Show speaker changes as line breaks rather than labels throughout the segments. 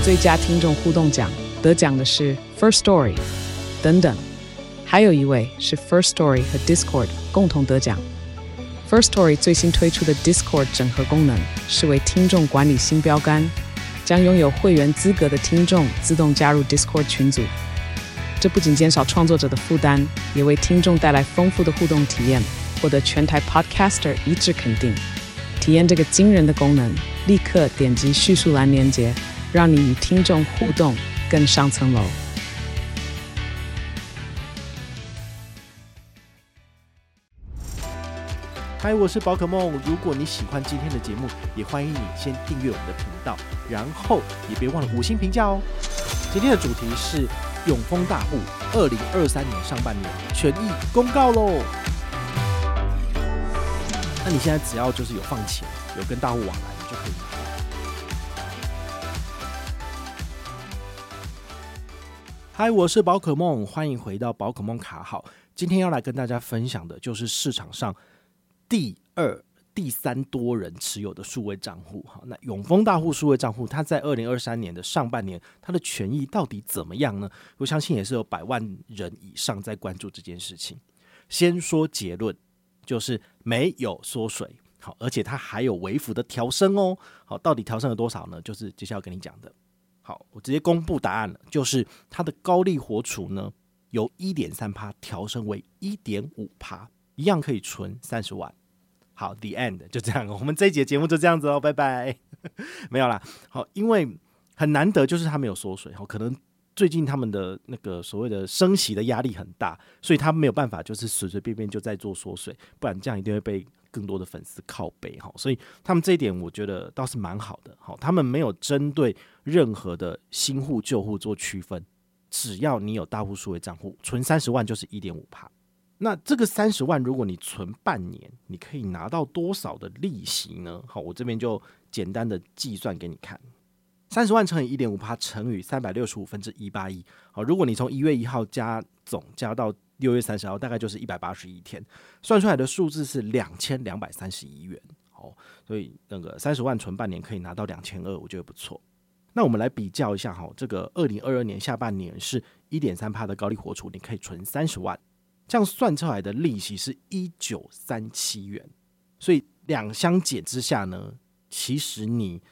最佳听众互动奖，得奖的是 First Story 等等，还有一位是 First Story 和 Discord 共同得奖。First Story 最新推出的 Discord 整合功能是为听众管理新标杆，将拥有会员资格的听众自动加入 Discord 群组。这不仅减少创作者的负担，也为听众带来丰富的互动体验，获得全台 Podcaster 一致肯定。体验这个惊人的功能，立刻点击叙述栏连结，让你与听众互动更上层楼。
嗨，我是宝可梦。如果你喜欢今天的节目，也欢迎你先订阅我们的频道，然后也别忘了5星评价哦。今天的主题是永丰大户2023年上半年权益公告喽。那你现在只要就是有放钱，有跟大户往来，你就可以拿到。嗨，我是宝可梦，欢迎回到宝可梦卡好。今天要来跟大家分享的就是市场上第三多人持有的数位账户。那永丰大户数位账户，它在2023年的上半年，它的权益到底怎么样呢？我相信也是有100万人以上在关注这件事情。先说结论，就是没有缩水，好，而且它还有微幅的调升哦。好，到底调升了多少呢？就是接下来要跟你讲的。好，我直接公布答案了，就是它的高利活储呢，由 1.3% 调升为 1.5%， 一样可以存30万。好 ，The end 就这样，我们这一节节目就这样子哦，拜拜。没有啦，好，因为很难得，就是它没有缩水，可能最近他们的那个所谓的升息的压力很大，所以他没有办法就是随随便便就在做缩水，不然这样一定会被更多的粉丝靠背，所以他们这一点我觉得倒是蛮好的，他们没有针对任何的新户旧户做区分，只要你有大户数位账户，存30万就是 1.5%。那这个30万，如果你存半年，你可以拿到多少的利息呢？好，我这边就简单的计算给你看，30万乘以 1.5% 乘以365分之181。好，如果你从1月1号加总加到6月30号，大概就是181天，算出来的数字是2231元。好，所以那个30万存半年可以拿到2200，我觉得不错。那我们来比较一下，这个2022年下半年是 1.3% 的高利活储，你可以存30万。这样算出来的利息是1937元，所以两相减之下呢，其实你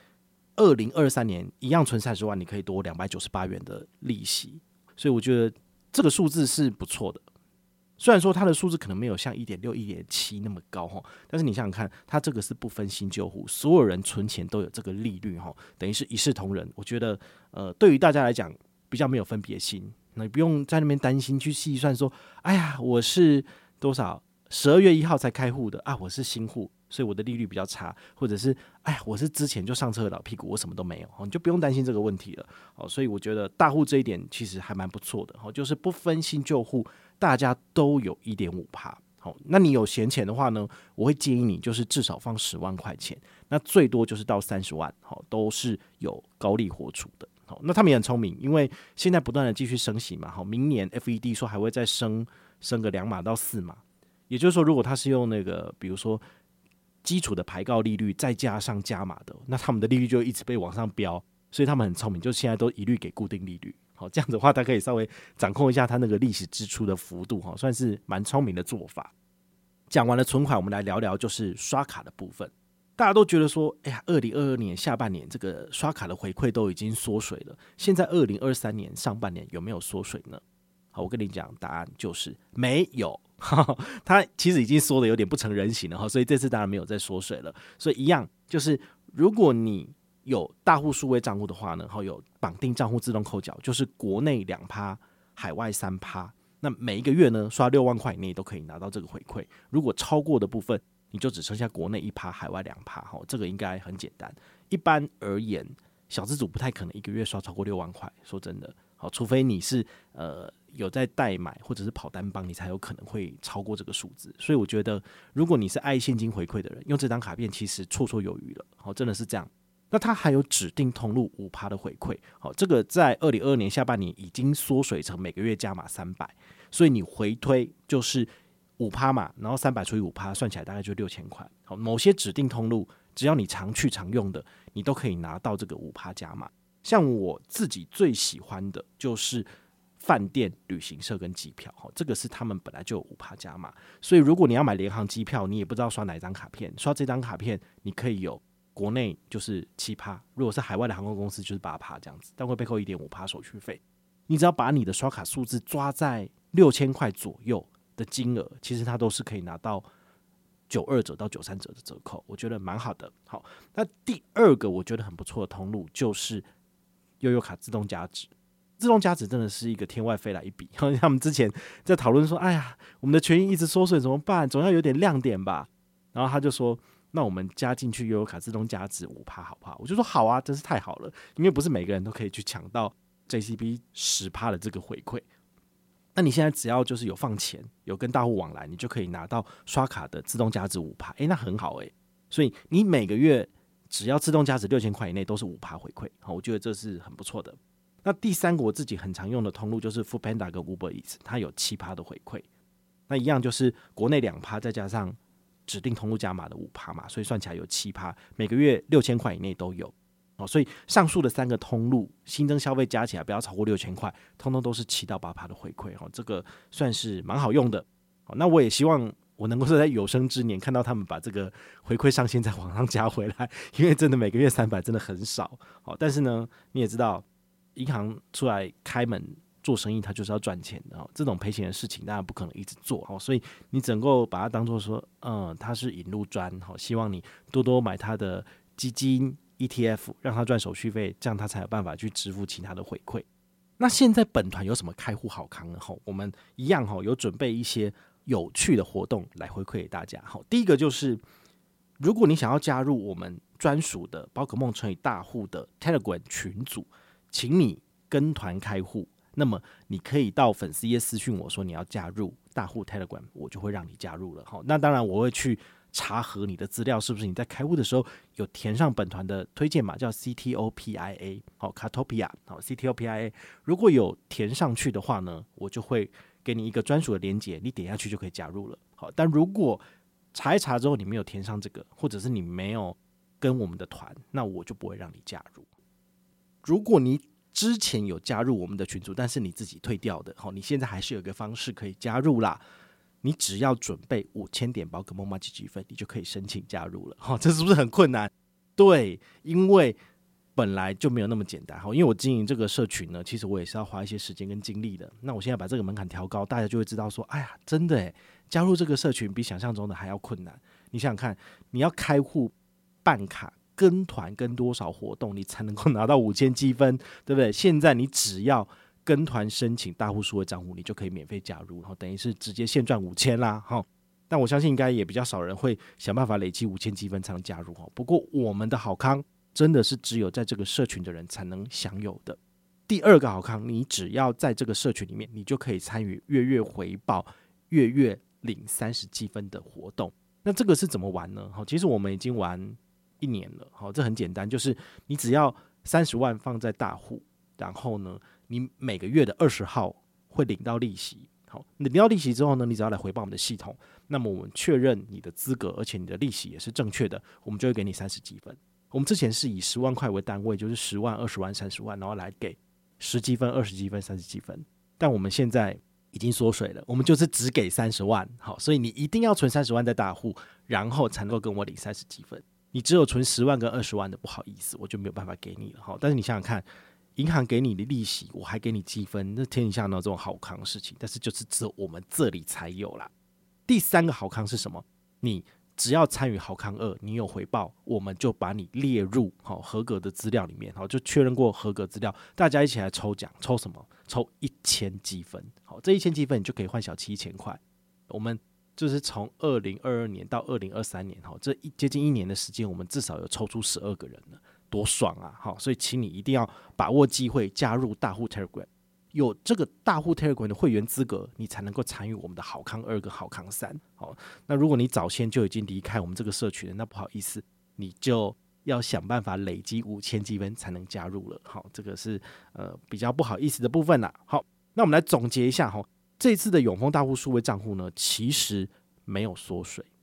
2023年一样存30万，你可以多298元的利息，所以我觉得这个数字是不错的。虽然说它的数字可能没有像 1.6 1.7 那么高，但是你想想看，它这个是不分新旧户，所有人存钱都有这个利率，等于是一视同仁。我觉得对于大家来讲比较没有分别心，你不用在那边担心去细算说，哎呀，我是多少12月1号才开户的啊，我是新户，所以我的利率比较差，或者是哎呀，我是之前就上车的老屁股，我什么都没有，你就不用担心这个问题了。所以我觉得大户这一点其实还蛮不错的，就是不分新旧户，大家都有 1.5%。好，那你有闲钱的话呢，我会建议你就是至少放10万块钱，那最多就是到30万，都是有高利活储的。好，那他们也很聪明，因为现在不断的继续升息嘛，明年 FED 说还会再升个2码到4码，也就是说，如果他是用那个比如说基础的排告利率再加上加码的，那他们的利率就一直被往上飙，所以他们很聪明，就现在都一律给固定利率。好，这样子的话，他可以稍微掌控一下他那个利息支出的幅度，算是蛮聪明的做法。讲完了存款，我们来聊聊就是刷卡的部分。大家都觉得说，哎呀，2022年下半年这个刷卡的回馈都已经缩水了，现在2023年上半年有没有缩水呢？好，我跟你讲，答案就是没有。它其实已经缩的有点不成人形了，所以这次当然没有再缩水了。所以一样，就是如果你有大户数位账户的话呢，有绑定账户自动扣缴，就是国内 2%， 海外 3%， 那每一个月呢刷6万块以内都可以拿到这个回馈。如果超过的部分，你就只剩下国内 1%， 海外 2%， 这个应该很简单。一般而言，小资主不太可能一个月刷超过6万块，说真的，好，除非你是有在代买或者是跑单帮，你才有可能会超过这个数字。所以我觉得，如果你是爱现金回馈的人，用这张卡片其实绰绰有余了，好，真的是这样。那它还有指定通路 5% 的回馈，好，这个在2022年下半年已经缩水成每个月加码300，所以你回推就是5% 嘛，然后300除以5%，算起来大概就6000块。好，某些指定通路，只要你常去常用的，你都可以拿到这个5% 加码。 像我自己最喜欢的就是饭店、旅行社跟机票，这个是他们本来就有5%加码，所以如果你要买联航机票，你也不知道刷哪一张卡片，刷这张卡片你可以有国内就是7%，如果是海外的航空公司就是8%这样子，但会被扣1.5%手续费。你只要把你的刷卡数字抓在6000块左右的金额，其实它都是可以拿到92折到93折的折扣，我觉得蛮好的。好，那第二个我觉得很不错的通路就是悠游卡自动加值。自动加值真的是一个天外飞来一笔，他们之前在讨论说，哎呀，我们的权益一直缩水怎么办？总要有点亮点吧。然后他就说，那我们加进去悠游卡自动加值5%好不好？我就说好啊，真是太好了，因为不是每个人都可以去抢到 JCB 10%的这个回馈。那你现在只要就是有放钱，有跟大户往来，你就可以拿到刷卡的自动加值5%，那很好所以你每个月只要自动加值6000块以内都是5%回馈，我觉得这是很不错的。那第三个我自己很常用的通路就是 Foodpanda 跟 Uber Eats， 它有7%的回馈，那一样就是国内2%再加上指定通路加码的5%嘛，所以算起来有7%，每个月6000块以内都有。所以上述的3个通路新增消费加起来不要超过6000块，通通都是7到8%的回馈，这个算是蛮好用的。那我也希望我能够在有生之年看到他们把这个回馈上限再往上加回来，因为真的每个月300真的很少。但是呢，你也知道银行出来开门做生意，它就是要赚钱的，这种赔钱的事情当然不可能一直做，所以你只能够把它当作说，它是引路砖，希望你多多买它的基金 ETF， 让它赚手续费，这样它才有办法去支付其他的回馈。那现在本团有什么开户好康呢？我们一样有准备一些有趣的活动来回馈给大家。第一个就是，如果你想要加入我们专属的宝可梦乘以大户的 Telegram 群组，请你跟团开户，那么你可以到粉丝页私讯我说你要加入大户 Telegram， 我就会让你加入了。那当然我会去查核你的资料是不是你在开户的时候有填上本团的推荐码叫 CTOPIA Cartopia CTOPIA， 如果有填上去的话呢，我就会给你一个专属的连结，你点下去就可以加入了。但如果查一查之后你没有填上这个，或者是你没有跟我们的团，那我就不会让你加入。如果你之前有加入我们的群组，但是你自己退掉的，你现在还是有一个方式可以加入啦。你只要准备5000点宝可梦麻吉积分，你就可以申请加入了。这是不是很困难？对，因为本来就没有那么简单。因为我经营这个社群呢，其实我也是要花一些时间跟精力的。那我现在把这个门槛调高，大家就会知道说，哎呀，真的加入这个社群比想象中的还要困难。你想想看，你要开户办卡跟团跟多少活动你才能够拿到5000积分，对不对？现在你只要跟团申请大户数位账户，你就可以免费加入，等于是直接现赚5000啦。但我相信应该也比较少人会想办法累积5000积分才能加入。不过我们的好康真的是只有在这个社群的人才能享有的。第二个好康，你只要在这个社群里面，你就可以参与月月回报、月月领30积分的活动。那这个是怎么玩呢？其实我们已经玩1年了，这很简单，就是你只要30万放在大户，然后呢，你每个月的20号会领到利息。领到利息之后呢，你只要来回报我们的系统，那么我们确认你的资格，而且你的利息也是正确的，我们就会给你30积分。我们之前是以10万块为单位，就是10万、20万、30万，然后来给10积分、20积分、30积分。但我们现在已经缩水了，我们就是只给30万。所以你一定要存30万在大户，然后才能够跟我领30积分。你只有存10万跟20万的，不好意思，我就没有办法给你了。但是你想想看，银行给你的利息，我还给你积分，那天底下哪有这种好康的事情？但是就是只有我们这里才有啦。第三个好康是什么？你只要参与好康2，你有回报，我们就把你列入合格的资料里面，就确认过合格资料，大家一起来抽奖，抽什么？抽1000积分。这1000积分你就可以换小七1000块。我们就是从2022年到2023年，这接近1年的时间，我们至少有抽出12个人了。多爽啊！所以请你一定要把握机会加入大户 Telegram， 有这个大户 Telegram 的会员资格，你才能够参与我们的好康2跟好康3。那如果你早先就已经离开我们这个社群了，那不好意思，你就要想办法累积5000积分才能加入了。这个是比较不好意思的部分啦。好，那我们来总结一下这一次的永丰大户数位账户呢，其实没有缩水，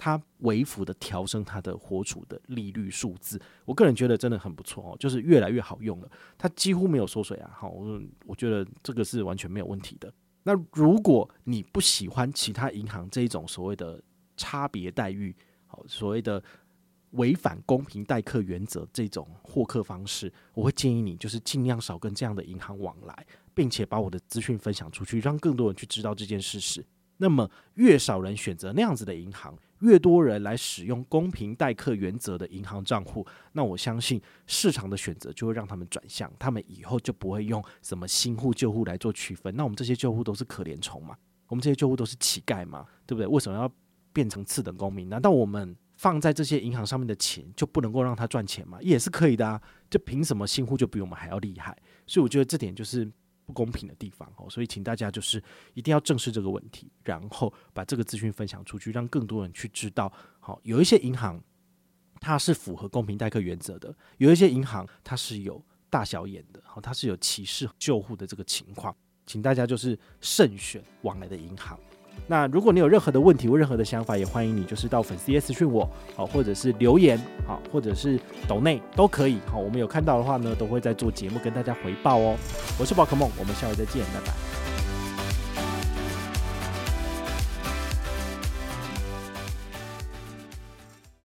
它微幅的调升它的活储的利率数字，我个人觉得真的很不错就是越来越好用了，它几乎没有缩水啊。我觉得这个是完全没有问题的。那如果你不喜欢其他银行这一种所谓的差别待遇，所谓的违反公平待客原则这种获客方式，我会建议你就是尽量少跟这样的银行往来，并且把我的资讯分享出去，让更多人去知道这件事实。那么越少人选择那样子的银行，越多人来使用公平待客原则的银行账户，那我相信市场的选择就会让他们转向，他们以后就不会用什么新户旧户来做区分。那我们这些旧户都是可怜虫嘛，我们这些旧户都是乞丐嘛，对不对？为什么要变成次等公民？难道我们放在这些银行上面的钱就不能够让他赚钱吗？也是可以的啊，就凭什么新户就比我们还要厉害？所以我觉得这点就是不公平的地方，所以请大家就是一定要正视这个问题，然后把这个资讯分享出去，让更多人去知道。有一些银行它是符合公平待客原则的，有一些银行它是有大小眼的，它是有歧视旧户的这个情况，请大家就是慎选往来的银行。那如果你有任何的问题或任何的想法，也欢迎你就是到粉丝页私讯我，或者是留言，或者是抖内都可以，我们有看到的话呢，都会在做节目跟大家回报哦。我是宝可梦，我们下回再见，拜拜。